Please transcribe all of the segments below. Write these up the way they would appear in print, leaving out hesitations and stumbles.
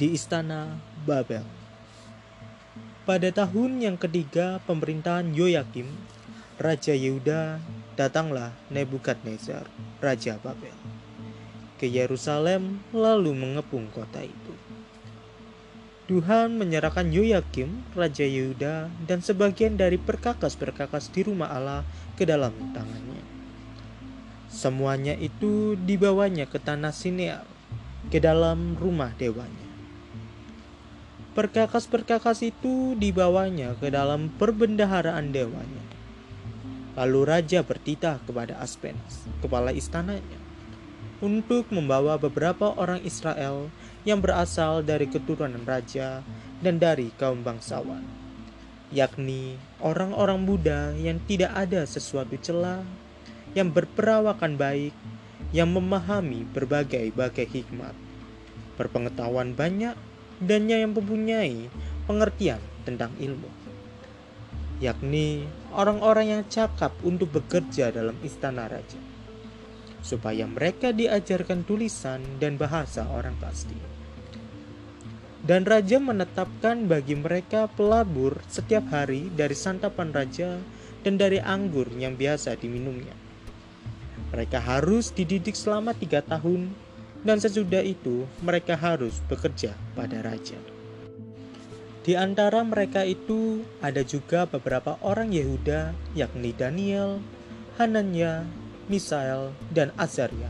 di istana Babel. Pada tahun yang ketiga pemerintahan Yoyakim, Raja Yehuda, datanglah Nebukadnezar, Raja Babel, ke Yerusalem lalu mengepung kota itu. Tuhan menyerahkan Yoyakim, Raja Yehuda, dan sebagian dari perkakas-perkakas di rumah Allah ke dalam tangannya. Semuanya itu dibawanya ke tanah Sinear, ke dalam rumah dewanya. Perkakas-perkakas itu dibawanya ke dalam perbendaharaan dewanya. Lalu raja bertitah kepada Aspenas, kepala istananya, untuk membawa beberapa orang Israel yang berasal dari keturunan raja dan dari kaum bangsawan, yakni orang-orang muda yang tidak ada sesuatu celah, yang berperawakan baik, yang memahami berbagai-bagai hikmat, berpengetahuan banyak, dan yang mempunyai pengertian tentang ilmu, yakni orang-orang yang cakap untuk bekerja dalam istana raja, supaya mereka diajarkan tulisan dan bahasa orang pasti. Dan raja menetapkan bagi mereka pelabur setiap hari dari santapan raja dan dari anggur yang biasa diminumnya. Mereka harus dididik selama 3 tahun, dan sesudah itu mereka harus bekerja pada raja. Di antara mereka itu ada juga beberapa orang Yehuda, yakni Daniel, Hananya, Misael, dan Azaria.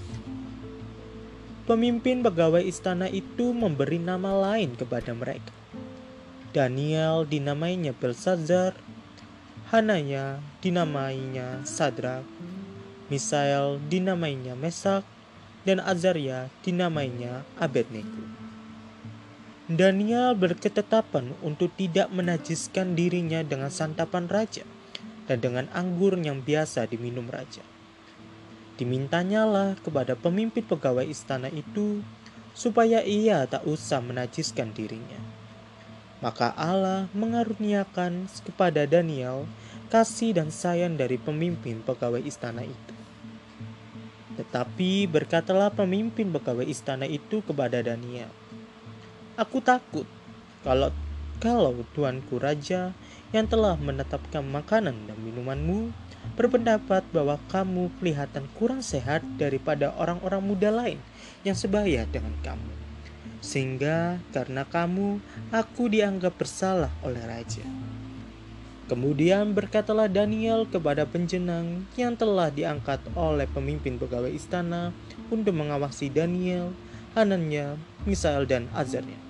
Pemimpin pegawai istana itu memberi nama lain kepada mereka. Daniel dinamainya Belsazar, Hananya dinamainya Sadrak, Misael dinamainya Mesak, dan Azaria dinamainya Abednego. Daniel berketetapan untuk tidak menajiskan dirinya dengan santapan raja dan dengan anggur yang biasa diminum raja. Dimintanyalah kepada pemimpin pegawai istana itu supaya ia tak usah menajiskan dirinya. Maka Allah mengaruniakan kepada Daniel kasih dan sayang dari pemimpin pegawai istana itu. Tetapi berkatalah pemimpin pegawai istana itu kepada Daniel, "Aku takut kalau tuanku raja yang telah menetapkan makanan dan minumanmu berpendapat bahwa kamu kelihatan kurang sehat daripada orang-orang muda lain yang sebaya dengan kamu, sehingga karena kamu aku dianggap bersalah oleh raja." Kemudian berkatalah Daniel kepada penjenang yang telah diangkat oleh pemimpin pegawai istana untuk mengawasi Daniel, Hananya, Misael, dan Azaria,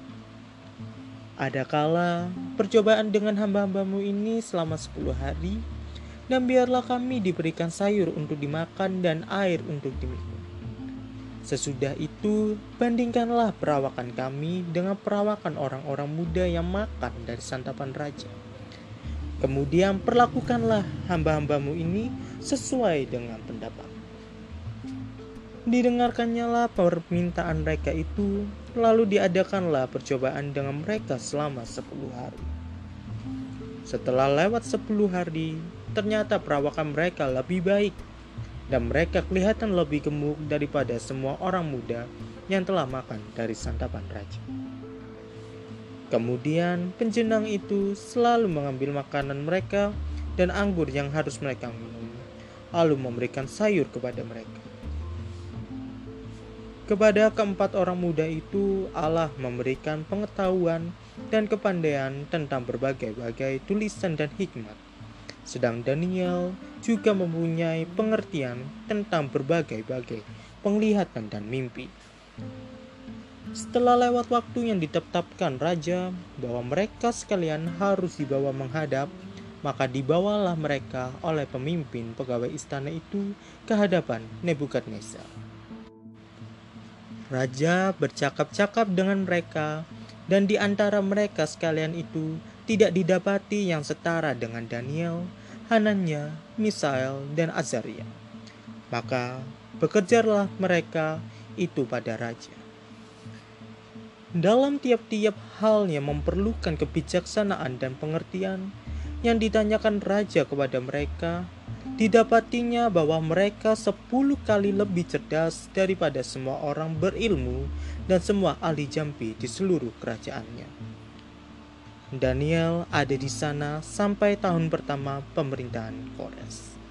"Adakala percobaan dengan hamba-hambamu ini selama 10 hari, dan biarlah kami diberikan sayur untuk dimakan dan air untuk diminum. Sesudah itu, bandingkanlah perawakan kami dengan perawakan orang-orang muda yang makan dari santapan raja. Kemudian perlakukanlah hamba-hambamu ini sesuai dengan pendapat." Didengarkannyalah permintaan mereka itu, lalu diadakanlah percobaan dengan mereka selama 10 hari. Setelah lewat 10 hari, ternyata perawakan mereka lebih baik, dan mereka kelihatan lebih gemuk daripada semua orang muda yang telah makan dari santapan raja. Kemudian penjenang itu selalu mengambil makanan mereka dan anggur yang harus mereka minum, lalu memberikan sayur kepada mereka. Kepada keempat orang muda itu Allah memberikan pengetahuan dan kepandaian tentang berbagai-bagai tulisan dan hikmat, sedang Daniel juga mempunyai pengertian tentang berbagai-bagai penglihatan dan mimpi. Setelah lewat waktu yang ditetapkan raja bahwa mereka sekalian harus dibawa menghadap, maka dibawalah mereka oleh pemimpin pegawai istana itu ke hadapan Nebukadnezar. Raja bercakap-cakap dengan mereka, dan di antara mereka sekalian itu tidak didapati yang setara dengan Daniel, Hananya, Misael, dan Azaria. Maka bekerjalah mereka itu pada raja. Dalam tiap-tiap hal yang memerlukan kebijaksanaan dan pengertian yang ditanyakan raja kepada mereka, didapatinya bahwa mereka 10 kali lebih cerdas daripada semua orang berilmu dan semua ahli jampi di seluruh kerajaannya. Daniel ada di sana sampai tahun pertama pemerintahan Kores.